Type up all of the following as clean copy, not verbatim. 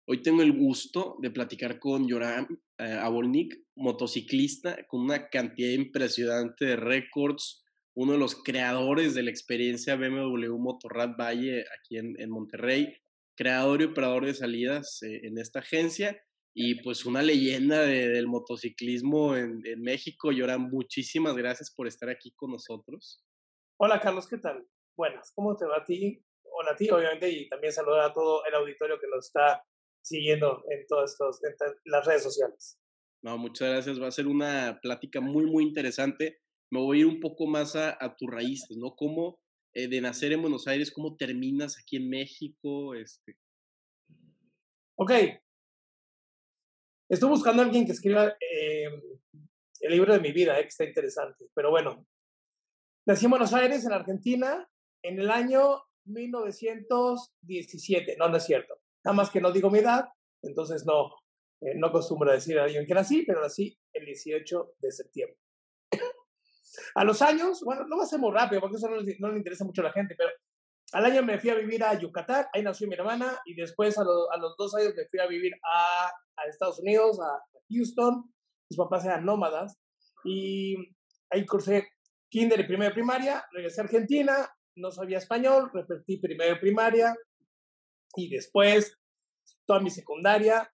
Hoy tengo el gusto de platicar con Yoram Abolnik, motociclista con una cantidad impresionante de récords, uno de los creadores de la experiencia BMW Motorrad Valle aquí en Monterrey, creador y operador de salidas en esta agencia y pues una leyenda del motociclismo en México. Yoram, muchísimas gracias por estar aquí con nosotros. Hola Carlos, ¿qué tal? Buenas, ¿cómo te va a ti? Hola a ti, obviamente, y también saludar a todo el auditorio que nos está siguiendo en las redes sociales. No, muchas gracias. Va a ser una plática muy, muy interesante. Me voy a ir un poco más a tus raíces, ¿no? ¿Cómo de nacer en Buenos Aires, cómo terminas aquí en México? Ok, estoy buscando a alguien que escriba el libro de mi vida, que está interesante. Pero bueno, nací en Buenos Aires, en Argentina, en el año 1917. No, no es cierto. Nada más que no digo mi edad, entonces no acostumbro a decir a alguien que nací, pero nací el 18 de septiembre. A los años, bueno, no va a ser muy rápido porque eso no le interesa mucho a la gente, pero al año me fui a vivir a Yucatán, ahí nació mi hermana, y después a los 2 años me fui a vivir a Estados Unidos, a Houston. Mis papás eran nómadas, y ahí cursé kinder y primero de primaria, regresé a Argentina, no sabía español, repetí primero de primaria, y después toda mi secundaria,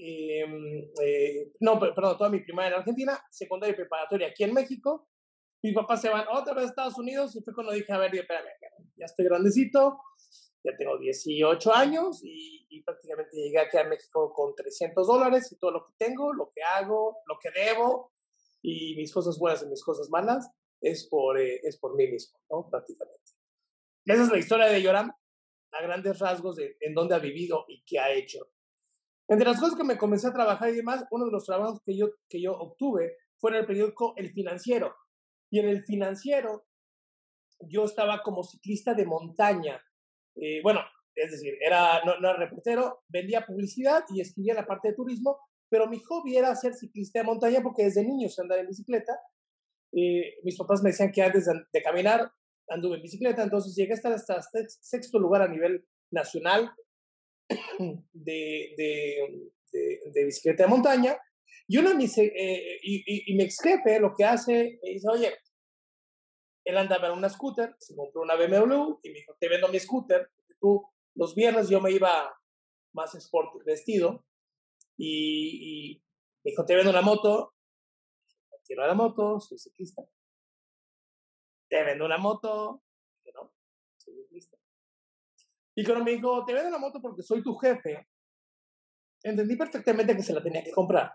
no, perdón, toda mi primaria en Argentina, secundaria y preparatoria aquí en México. Mis papás se van otra vez a Estados Unidos y fue cuando dije, a ver, espérame, ya estoy grandecito, ya tengo 18 años y prácticamente llegué aquí a México con $300 y todo lo que tengo, lo que hago, lo que debo y mis cosas buenas y mis cosas malas es por mí mismo, ¿no? Prácticamente. Esa es la historia de Yoram a grandes rasgos de en dónde ha vivido y qué ha hecho. Entre las cosas que me comencé a trabajar y demás, uno de los trabajos que yo obtuve fue en el periódico El Financiero. Y en El Financiero yo estaba como ciclista de montaña. Bueno, es decir, no era reportero, vendía publicidad y escribía la parte de turismo, pero mi hobby era ser ciclista de montaña porque desde niño se andaba en bicicleta. Mis papás me decían que antes de caminar anduve en bicicleta, entonces llegué a estar hasta sexto lugar a nivel nacional de, de, de bicicleta de montaña. Y uno de mis, y mi ex jefe lo que hace, me dice, oye, él andaba en una scooter, se compró una BMW y me dijo, te vendo mi scooter. Tú, los viernes yo me iba más sport vestido y me dijo, te vendo una moto. Quiero la moto, soy ciclista. Te vendo una moto. Que no, soy ciclista. Y cuando me dijo, te vendo una moto porque soy tu jefe, entendí perfectamente que se la tenía que comprar.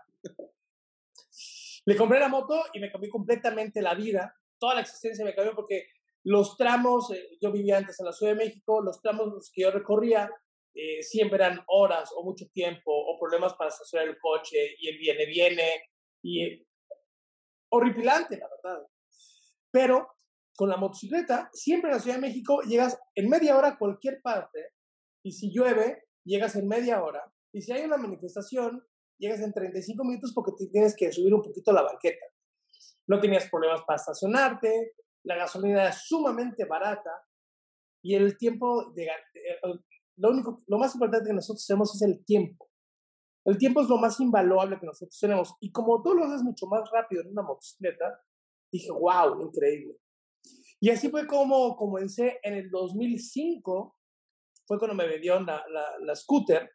Le compré la moto y me cambió completamente la vida. Toda la existencia me cambió porque los tramos, yo vivía antes en la Ciudad de México, los tramos que yo recorría siempre eran horas o mucho tiempo o problemas para estacionar el coche y el viene y horripilante, la verdad. Pero con la motocicleta, siempre en la Ciudad de México llegas en media hora a cualquier parte y si llueve, llegas en media hora y si hay una manifestación, llegas en 35 minutos porque te tienes que subir un poquito la banqueta. No tenías problemas para estacionarte, la gasolina era sumamente barata y el tiempo lo más importante que nosotros tenemos es el tiempo. El tiempo es lo más invaluable que nosotros tenemos y como tú lo haces mucho más rápido en una motocicleta, dije, wow, increíble. Y así fue como comencé en el 2005, fue cuando me vendieron la scooter.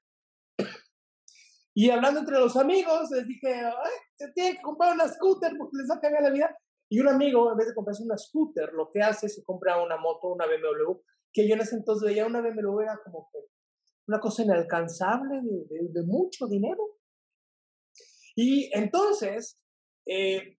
Y hablando entre los amigos, les dije, ay, se tiene que comprar una scooter porque les va a cambiar la vida. Y un amigo, en vez de comprarse una scooter, lo que hace es se compra una moto, una BMW, que yo en ese entonces veía una BMW, era como que una cosa inalcanzable de mucho dinero. Y entonces, eh,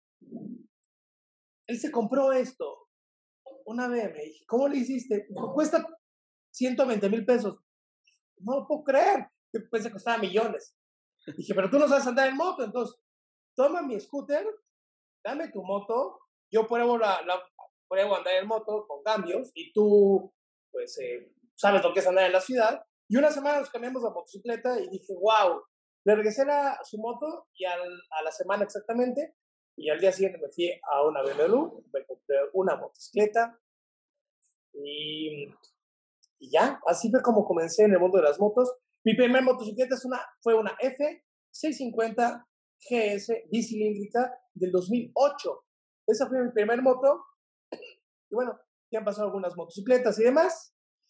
él se compró esto, una BMW. Y dije, ¿cómo le hiciste? Dijo, cuesta 120,000 pesos. No lo puedo creer. Yo pensé que costaba millones. Dije, pero tú no sabes andar en moto, entonces toma mi scooter, dame tu moto, yo pruebo andar en moto con cambios y tú, pues, sabes lo que es andar en la ciudad. Y una semana nos cambiamos la motocicleta y dije, wow, le regresé su moto y a la semana exactamente, y al día siguiente me fui a una BMW, me compré una motocicleta y, y ya, así fue como comencé en el mundo de las motos. Mi primera motocicleta fue una F650 GS bicilíndrica del 2008. Esa fue mi primer moto. Y bueno, ya han pasado algunas motocicletas y demás.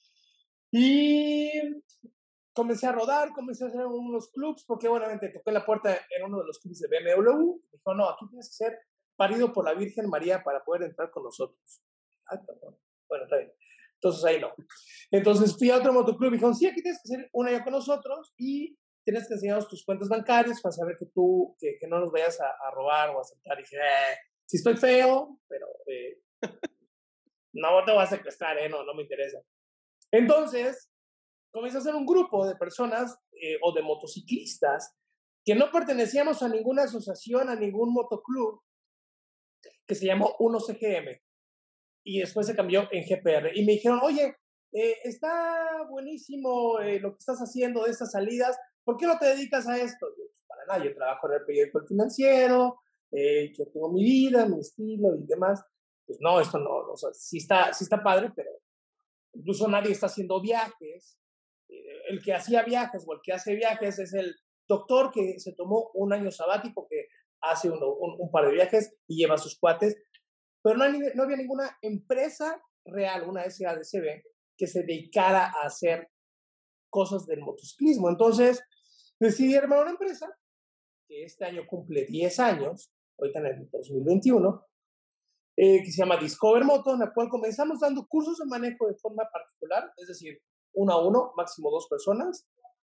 Y comencé a rodar, comencé a hacer unos clubs, porque obviamente toqué la puerta en uno de los clubs de BMW. Y dijo, no, aquí tienes que ser parido por la Virgen María para poder entrar con nosotros. Ah, perdón. Bueno, está bien. Entonces ahí no. Entonces fui a otro motoclub y dijeron, sí, aquí tienes que hacer una ya con nosotros y tienes que enseñarnos tus cuentas bancarias para saber que tú, que no nos vayas a robar o a asaltar. Y dije, sí estoy feo, pero no te voy a secuestrar, no me interesa. Entonces, comencé a hacer un grupo de personas o de motociclistas que no pertenecíamos a ninguna asociación, a ningún motoclub, que se llamó 1CGM. Y después se cambió en GPR. Y me dijeron, oye, está buenísimo lo que estás haciendo de estas salidas, ¿por qué no te dedicas a esto? Yo, pues, para nada, yo trabajo en el periódico El Financiero, yo tengo mi vida, mi estilo y demás. Pues no, esto no, o sea, sí está padre, pero incluso nadie está haciendo viajes. El que hacía viajes o el que hace viajes es el doctor que se tomó un año sabático, que hace un par de viajes y lleva a sus cuates, pero no había ninguna empresa real, una SADCB, que se dedicara a hacer cosas del motociclismo. Entonces, decidí armar una empresa que este año cumple 10 años, ahorita en el 2021, que se llama Discover Moto, en la cual comenzamos dando cursos de manejo de forma particular, es decir, 1 a 1, máximo 2 personas,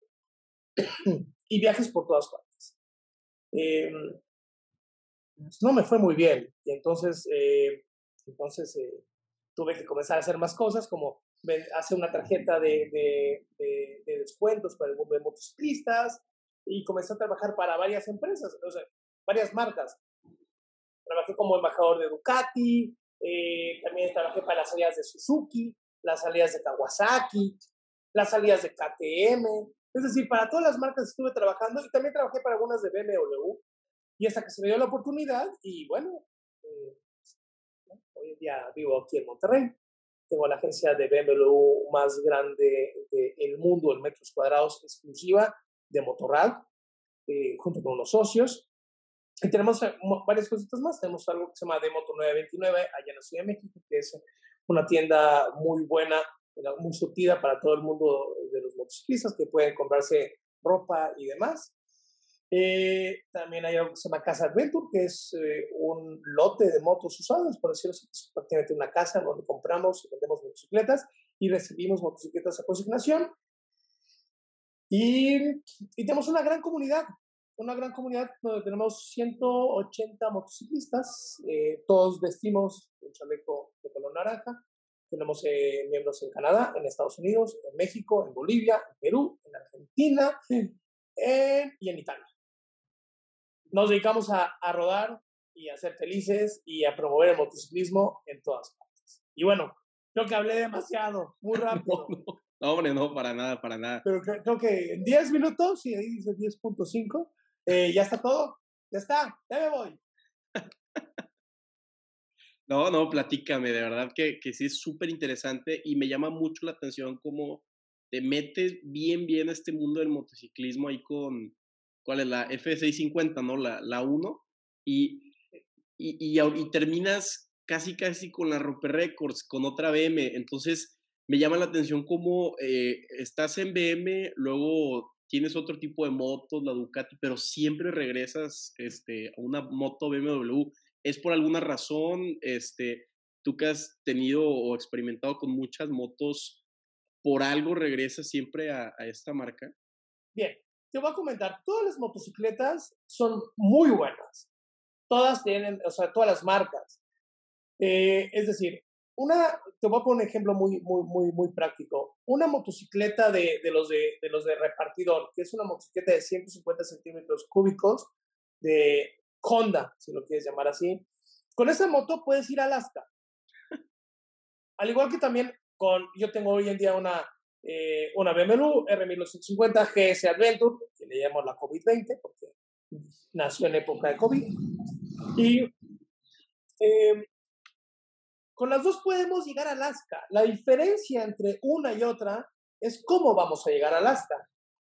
y viajes por todas partes. No me fue muy bien, y entonces tuve que comenzar a hacer más cosas, como hacer una tarjeta de descuentos para el mundo de motociclistas, y comencé a trabajar para varias empresas, o sea, varias marcas. Trabajé como embajador de Ducati, también trabajé para las salidas de Suzuki, las salidas de Kawasaki, las salidas de KTM, es decir, para todas las marcas estuve trabajando, y también trabajé para algunas de BMW, y hasta que se me dio la oportunidad, y bueno, hoy en día vivo aquí en Monterrey. Tengo la agencia de BMW más grande del mundo en metros cuadrados, exclusiva de Motorrad, junto con unos socios. Y tenemos varias cositas más. Tenemos algo que se llama Demoto 929 allá en la Ciudad de México, que es una tienda muy buena, muy surtida para todo el mundo de los motociclistas, que pueden comprarse ropa y demás. También hay algo que se llama Casa Adventure, que es un lote de motos usadas, por decirlo así, es prácticamente una casa donde compramos y vendemos motocicletas y recibimos motocicletas a consignación. Y tenemos una gran comunidad donde tenemos 180 motociclistas, todos vestimos un chaleco de color naranja. Tenemos miembros en Canadá, en Estados Unidos, en México, en Bolivia, en Perú, en Argentina y en Italia. Nos dedicamos a rodar y a ser felices y a promover el motociclismo en todas partes. Y bueno, creo que hablé demasiado, muy rápido. No, hombre, no, para nada, para nada. Pero creo que en 10 minutos, y ahí dice 10.5, ya está todo. Ya está, ya me voy. No, platícame, de verdad que sí es súper interesante y me llama mucho la atención cómo te metes bien a este mundo del motociclismo ahí con, ¿cuál es? La F650, ¿no? La 1, y terminas casi con la Roper Records, con otra BM. Entonces, me llama la atención cómo estás en BM, luego tienes otro tipo de motos, la Ducati, pero siempre regresas a una moto BMW. ¿Es por alguna razón, tú que has tenido o experimentado con muchas motos, por algo regresas siempre a esta marca? Bien, te voy a comentar, todas las motocicletas son muy buenas. Todas tienen, o sea, todas las marcas. Es decir, te voy a poner un ejemplo muy práctico. Una motocicleta de los de repartidor, que es una motocicleta de 150 centímetros cúbicos de Honda, si lo quieres llamar así. Con esa moto puedes ir a Alaska. Al igual que también yo tengo hoy en día una BMW R1950 GS Adventure, que le llamamos la COVID-20, porque nació en época de COVID. Y con las dos podemos llegar a Alaska. La diferencia entre una y otra es cómo vamos a llegar a Alaska.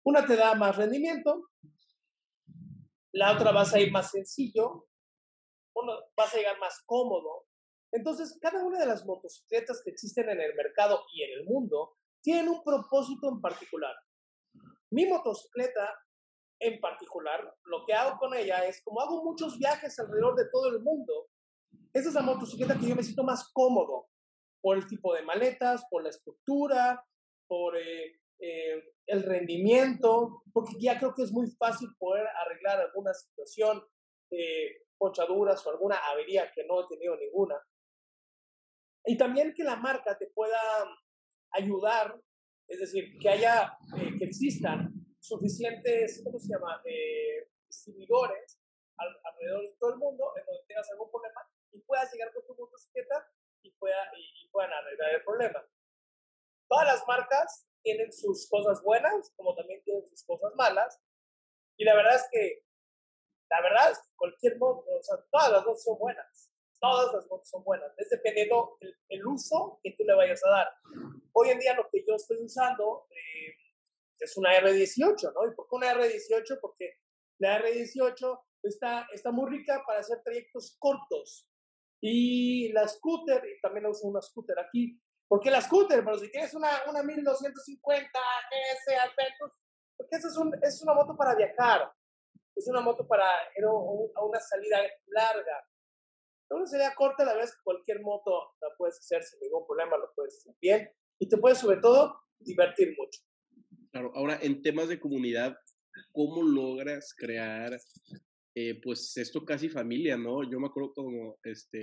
Una te da más rendimiento, la otra vas a ir más sencillo, uno vas a llegar más cómodo. Entonces, cada una de las motocicletas que existen en el mercado y en el mundo tienen un propósito en particular. Mi motocicleta en particular, lo que hago con ella es, como hago muchos viajes alrededor de todo el mundo, esa es la motocicleta que yo me siento más cómodo por el tipo de maletas, por la estructura, por el rendimiento, porque ya creo que es muy fácil poder arreglar alguna situación, ponchaduras o alguna avería que no he tenido ninguna. Y también que la marca te pueda ayudar, es decir, que haya, que existan suficientes, ¿cómo se llama? Distribuidores alrededor de todo el mundo en donde tengas algún problema y puedas llegar con tu motocicleta y puedan arreglar el problema. Todas las marcas tienen sus cosas buenas, como también tienen sus cosas malas, y la verdad es que cualquier moto, o sea, todas las motos son buenas. Todas las motos son buenas. Es dependiendo el uso que tú le vayas a dar. Hoy en día lo que yo estoy usando es una R18, ¿no? ¿Y por qué una R18? Porque la R18 está muy rica para hacer trayectos cortos. Y la scooter, y también uso una scooter aquí. ¿Por qué la scooter? Pero si tienes una 1250 GS Adventure, porque esa es una moto para viajar. Es una moto para ir a una salida larga. Una salida corta, la verdad es que cualquier moto la puedes hacer sin ningún problema, lo puedes hacer bien y te puedes sobre todo divertir mucho. Claro, ahora en temas de comunidad, ¿cómo logras crear, pues esto casi familia, ¿no? Yo me acuerdo como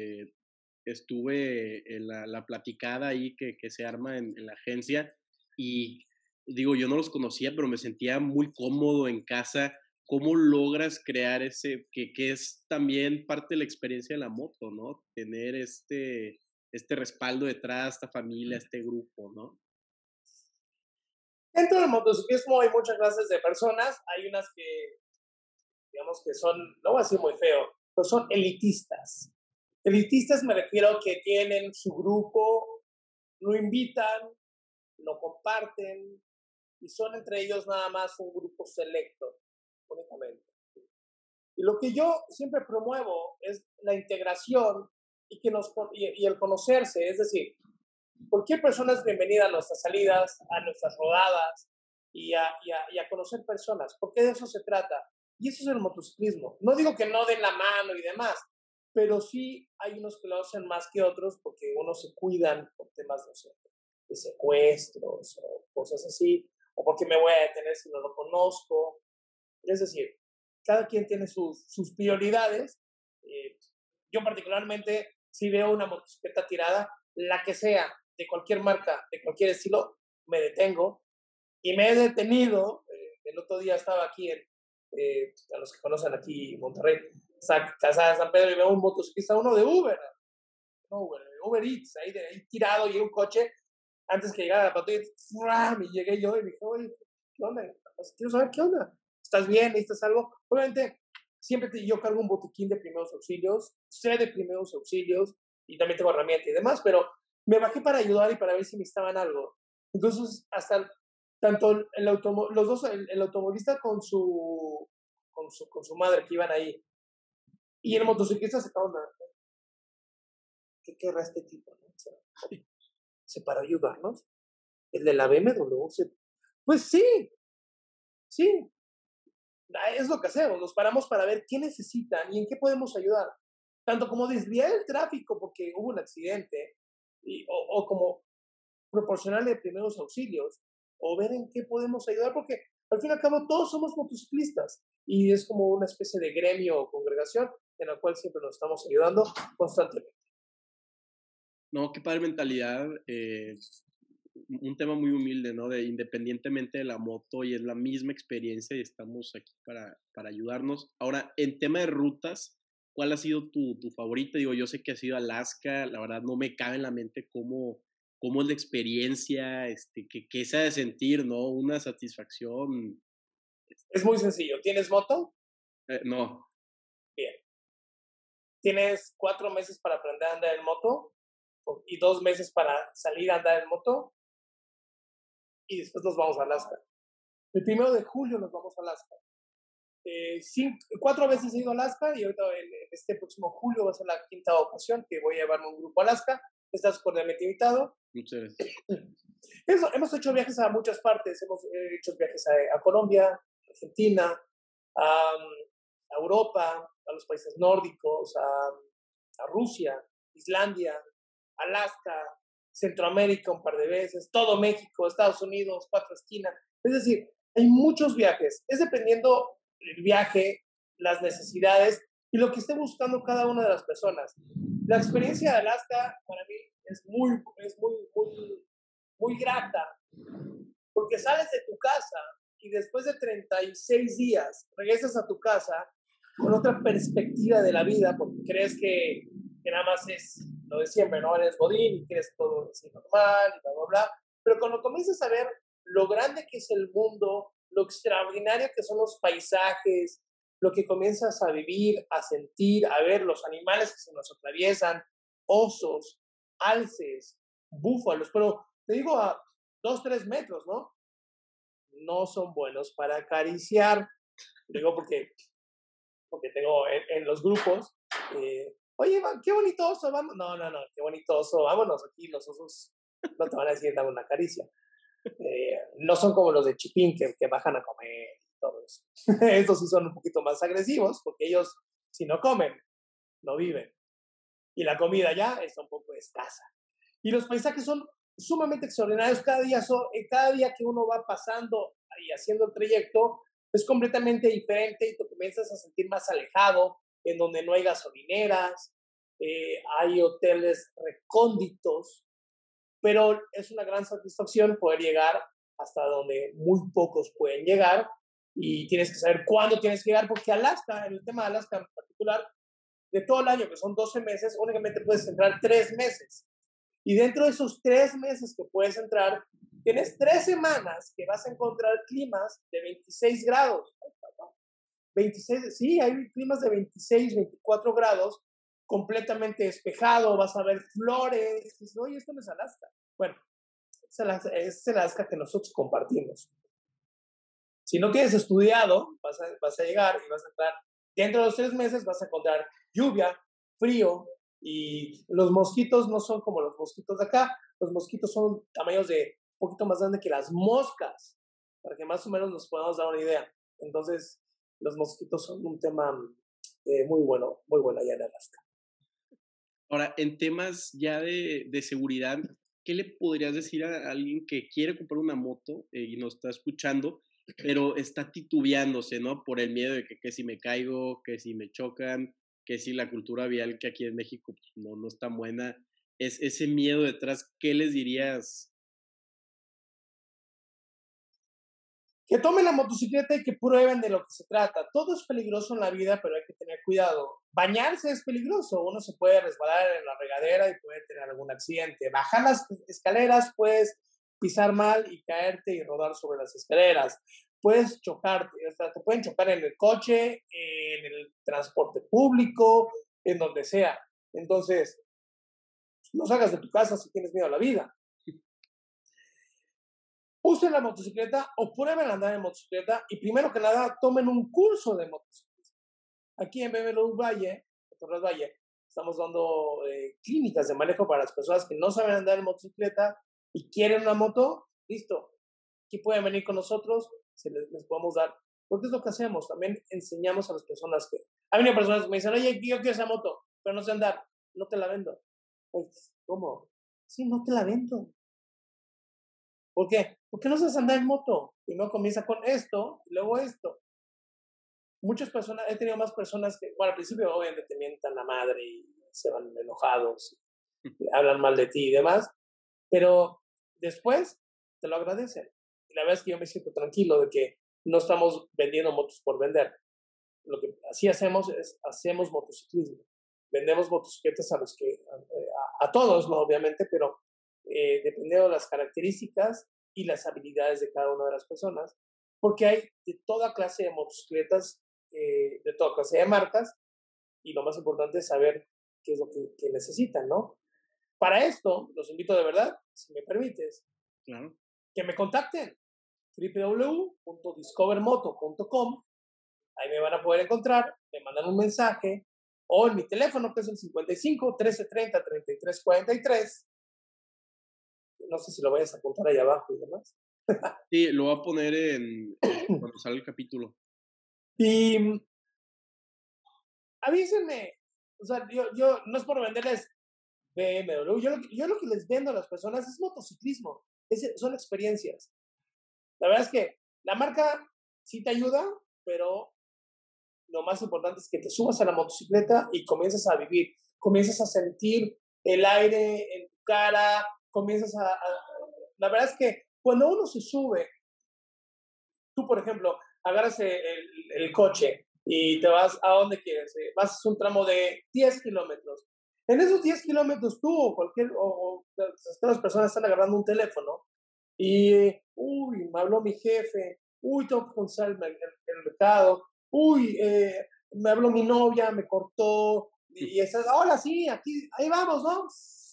estuve en la platicada ahí que se arma en la agencia y digo, yo no los conocía, pero me sentía muy cómodo en casa. ¿Cómo logras crear ese, que es también parte de la experiencia de la moto, ¿no? Tener este respaldo detrás, esta familia, este grupo, ¿no? Dentro del motociclismo hay muchas clases de personas. Hay unas que, digamos que son, no voy a decir muy feo, pero son elitistas. Elitistas me refiero a que tienen su grupo, lo invitan, lo comparten y son entre ellos nada más un grupo selecto, únicamente. Y lo que yo siempre promuevo es la integración y el conocerse, es decir, cualquier persona es bienvenida a nuestras salidas, a nuestras rodadas y a conocer personas, porque de eso se trata. Y eso es el motociclismo. No digo que no den la mano y demás, pero sí hay unos que lo hacen más que otros porque unos se cuidan por temas, no sé, de secuestros o cosas así, o porque me voy a detener si no lo conozco. Es decir, cada quien tiene sus prioridades. Eh, yo particularmente, si veo una motocicleta tirada, la que sea, de cualquier marca, de cualquier estilo, me detengo y me he detenido. El otro día estaba aquí, a los que conocen aquí Monterrey, Casa de San Pedro, y veo un motociclista, uno de Uber, no Uber, Uber Eats, ahí tirado, y un coche, antes que llegara la patrulla, y llegué yo y me dije, oye, ¿qué onda? Pues, quiero saber qué onda. ¿Estás bien? ¿Necesitas algo? Obviamente, yo cargo un botiquín de primeros auxilios, sé de primeros auxilios y también tengo herramientas y demás, pero me bajé para ayudar y para ver si necesitaban algo. Entonces, tanto los dos, el automovilista con su madre que iban ahí y el motociclista se quedaron, ¿qué querrá este tipo? ¿No? O sea, se paró a ayudarnos. El de la BMW, pues sí, sí, es lo que hacemos, nos paramos para ver qué necesitan y en qué podemos ayudar. Tanto como desviar el tráfico porque hubo un accidente, o como proporcionarle primeros auxilios, o ver en qué podemos ayudar, porque al fin y al cabo todos somos motociclistas y es como una especie de gremio o congregación en la cual siempre nos estamos ayudando constantemente. No, qué padre mentalidad. Un tema muy humilde, ¿no? De independientemente de la moto y es la misma experiencia y estamos aquí para ayudarnos. Ahora, en tema de rutas, ¿cuál ha sido tu favorita? Digo, yo sé que ha sido Alaska, la verdad no me cabe en la mente cómo es la experiencia, qué se ha de sentir, ¿no? Una satisfacción. Es muy sencillo. ¿Tienes moto? No, Bien. ¿Tienes 4 meses para aprender a andar en moto? Y 2 meses para salir a andar en moto y después nos vamos a Alaska. El 1 de julio nos vamos a Alaska. 4 veces he ido a Alaska y ahorita en este próximo julio va a ser la 5ª ocasión que voy a llevarme un grupo a Alaska. Estás cordialmente invitado. Muchas gracias. Hemos hecho viajes a muchas partes. Hemos hecho viajes a Colombia, Argentina, a Europa, a los países nórdicos, a Rusia, Islandia, Alaska, Centroamérica un par de veces, todo México, Estados Unidos, 4 esquinas. Es decir, hay muchos viajes. Es dependiendo el viaje, las necesidades y lo que esté buscando cada una de las personas. La experiencia de Alaska para mí es muy grata, porque sales de tu casa y después de 36 días regresas a tu casa con otra perspectiva de la vida, porque crees que nada más es lo de siempre, ¿no? Eres godín y quieres todo así normal y bla, bla, bla. Pero cuando comienzas a ver lo grande que es el mundo, lo extraordinario que son los paisajes, lo que comienzas a vivir, a sentir, a ver los animales que se nos atraviesan, osos, alces, búfalos, pero te digo a 2, 3 metros, ¿no? No son buenos para acariciar. Digo porque tengo en los grupos, oye, qué bonito oso, vamos. No, qué bonito oso, vámonos aquí, los osos no te van a decir, dame una caricia. No son como los de Chipín que bajan a comer y todo eso. Estos sí son un poquito más agresivos porque ellos, si no comen, no viven. Y la comida ya está un poco escasa. Y los paisajes son sumamente extraordinarios. Cada día que uno va pasando y haciendo el trayecto es completamente diferente y te comienzas a sentir más alejado, en donde no hay gasolineras, hay hoteles recónditos, pero es una gran satisfacción poder llegar hasta donde muy pocos pueden llegar y tienes que saber cuándo tienes que llegar, porque Alaska, en el tema de Alaska en particular, de todo el año, que son 12 meses, únicamente puedes entrar 3 meses. Y dentro de esos 3 meses que puedes entrar, tienes 3 semanas que vas a encontrar climas de 26 grados. 26, sí, hay climas de 26, 24 grados, completamente despejado, vas a ver flores. Y dices, oye, esto no es Alaska. Bueno, es el Alaska que nosotros compartimos. Si no tienes estudiado, vas a llegar y vas a entrar, dentro de los 3 meses vas a encontrar lluvia, frío, y los mosquitos no son como los mosquitos de acá. Los mosquitos son tamaños de un poquito más grande que las moscas, para que más o menos nos podamos dar una idea. Entonces, los mosquitos son un tema muy bueno allá en Alaska. Ahora, en temas ya de seguridad, ¿qué le podrías decir a alguien que quiere comprar una moto y nos está escuchando, pero está titubeándose, ¿no? Por el miedo de que si me caigo, que si me chocan, que si la cultura vial que aquí en México pues, no es tan buena. Es ese miedo detrás, ¿qué les dirías? Que tomen la motocicleta y que prueben de lo que se trata. Todo es peligroso en la vida, pero hay que tener cuidado. Bañarse es peligroso. Uno se puede resbalar en la regadera y puede tener algún accidente. Bajar las escaleras, puedes pisar mal y caerte y rodar sobre las escaleras. Puedes chocarte, o sea, te pueden chocar en el coche, en el transporte público, en donde sea. Entonces, no salgas de tu casa si tienes miedo a la vida. Usen la motocicleta o prueben andar en motocicleta y primero que nada tomen un curso de motocicleta. Aquí en BMW Valle, Torres Valle, estamos dando clínicas de manejo para las personas que no saben andar en motocicleta y quieren una moto. Listo, aquí pueden venir con nosotros, les podemos dar, porque es lo que hacemos, también enseñamos a las personas que, hay venido personas que me dicen, oye, yo quiero esa moto, pero no sé andar, no te la vendo. Pues, ¿cómo? Sí, no te la vendo. ¿Por qué? Porque no sabes andar en moto. Primero comienza con esto, y luego esto. Muchas personas, he tenido más personas que, bueno, al principio obviamente te mientan la madre y se van enojados, y hablan mal de ti y demás, pero después te lo agradecen. Y la verdad es que yo me siento tranquilo de que no estamos vendiendo motos por vender. Lo que así hacemos es, hacemos motociclismo. Vendemos motocicletas a los que, a todos, ¿no? Obviamente, pero dependiendo de las características y las habilidades de cada una de las personas, porque hay de toda clase de motocicletas, de toda clase de marcas, y lo más importante es saber qué es lo que necesitan, ¿no? Para esto, los invito de verdad, si me permites, Claro. que me contacten, www.discovermoto.com. Ahí me van a poder encontrar, me mandan un mensaje o en mi teléfono que es el 55 13 30 33 43. No sé si lo vayas a apuntar ahí abajo y demás. Sí, lo voy a poner cuando salga el capítulo. Y avísenme, o sea, yo no es por venderles BMW, yo lo que les vendo a las personas es motociclismo, son experiencias. La verdad es que la marca sí te ayuda, pero lo más importante es que te subas a la motocicleta y comienzas a vivir, comienzas a sentir el aire en tu cara, comienzas la verdad es que cuando uno se sube, tú por ejemplo, agarras el coche y te vas a donde quieres, vas a un tramo de 10 kilómetros. En esos 10 kilómetros tú o las personas están agarrando un teléfono y, uy, me habló mi jefe, uy, tengo que contestar el mercado, uy, me habló mi novia, me cortó, y estás, hola, sí, aquí, ahí vamos, ¿no?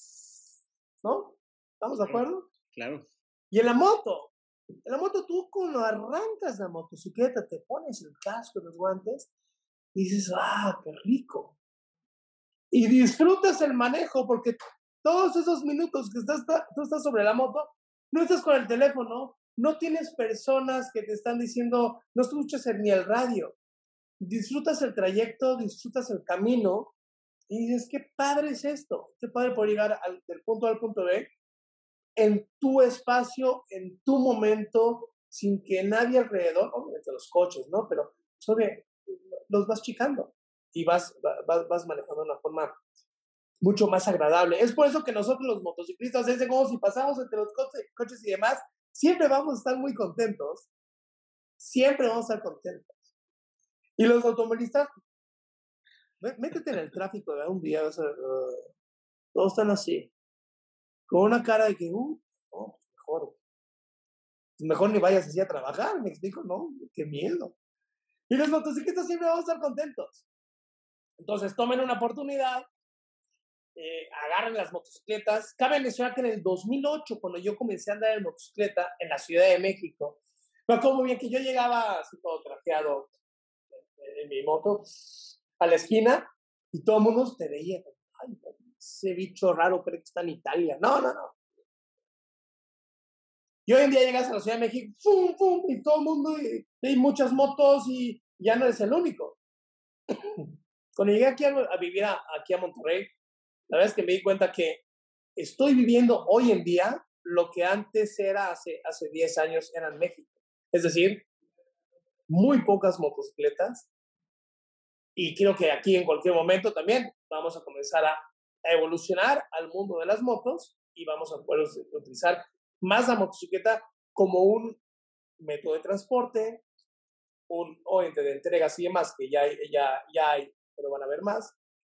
¿No? ¿Estamos de acuerdo? Claro. Y en la moto tú cuando arrancas la motocicleta, te pones el casco y los guantes, y dices, ah, qué rico. Y disfrutas el manejo porque todos esos minutos que tú estás sobre la moto, no estás con el teléfono, no tienes personas que te están diciendo, no escuchas ni el radio. Disfrutas el trayecto, disfrutas el camino y dices, qué padre es esto, qué padre poder llegar del punto A al punto B en tu espacio, en tu momento, sin que nadie alrededor, obviamente los coches, ¿no? Pero los vas chicando y vas manejando de una forma mucho más agradable. Es por eso que nosotros los motociclistas, es como si pasamos entre los coches y demás, siempre vamos a estar muy contentos, siempre vamos a estar contentos. Y los automovilistas, métete en el tráfico de un día, todos están así, con una cara de que, no, pues mejor ni vayas así a trabajar, me explico, ¿no? Qué miedo. Y los motociclistas siempre vamos a estar contentos. Entonces, tomen una oportunidad, agarren las motocicletas. Cabe mencionar que en el 2008, cuando yo comencé a andar en motocicleta en la Ciudad de México, me acuerdo muy bien que yo llegaba así todo trajeado en mi moto a la esquina y todo el mundo te veía. Ay, ese bicho raro cree que está en Italia. No, no, no. Y hoy en día llegas a la Ciudad de México, ¡fum, fum! Y todo el mundo, y hay muchas motos y ya no eres el único. Cuando llegué aquí a vivir aquí a Monterrey, la verdad es que me di cuenta que estoy viviendo hoy en día lo que antes era hace 10 años era en México. Es decir, muy pocas motocicletas y creo que aquí en cualquier momento también vamos a comenzar a evolucionar al mundo de las motos y vamos a poder utilizar más la motocicleta como un método de transporte, un ente de entregas y demás, que ya hay, pero van a haber más,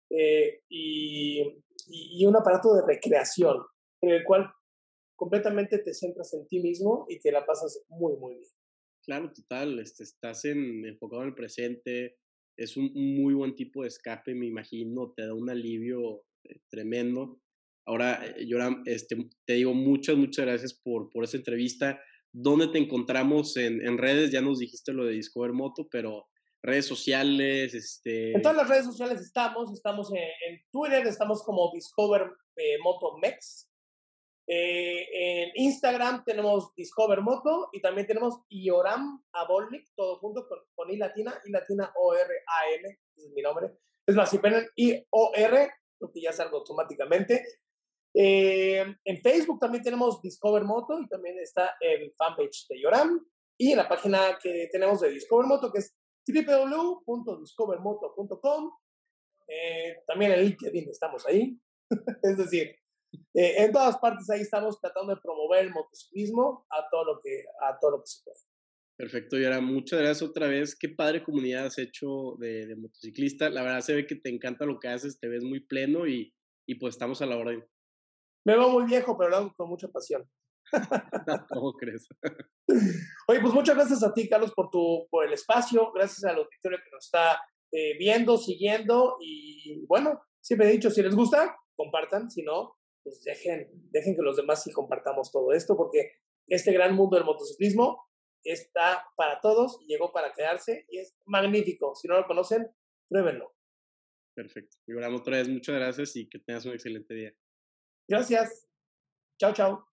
y un aparato de recreación en el cual completamente te centras en ti mismo y te la pasas muy, muy bien. Claro, total, estás enfocado en el presente, es un muy buen tipo de escape, me imagino, te da un alivio tremendo. Ahora, Yoram, te digo muchas gracias por esa entrevista. ¿Dónde te encontramos en redes? Ya nos dijiste lo de Discover Moto, pero redes sociales, En todas las redes sociales estamos en Twitter, estamos como Discover Moto Mex. En Instagram tenemos Discover Moto y también tenemos Yoram Abolnik, todo junto con I latina O-R-A-M, ese es mi nombre. Es más, si ponen I-O-R, lo que ya salgo automáticamente. En Facebook también tenemos Discover Moto y también está el fanpage de Yoram y en la página que tenemos de Discover Moto que es www.discovermoto.com. También en LinkedIn estamos ahí. Es decir, en todas partes ahí estamos tratando de promover el motociclismo a todo lo que se puede. Perfecto, Yoram. Muchas gracias otra vez. Qué padre comunidad has hecho de motociclista. La verdad se ve que te encanta lo que haces, te ves muy pleno y pues estamos a la orden. Me veo muy viejo, pero lo hago con mucha pasión. ¿Cómo crees? Oye, pues muchas gracias a ti, Carlos, por el espacio. Gracias al auditorio que nos está viendo, siguiendo. Y bueno, siempre he dicho, si les gusta, compartan. Si no, pues dejen que los demás sí compartamos todo esto, porque este gran mundo del motociclismo está para todos y llegó para quedarse y es magnífico. Si no lo conocen, pruébenlo. Perfecto. Y ahora otra vez, muchas gracias y que tengas un excelente día. Gracias. Chao, chao.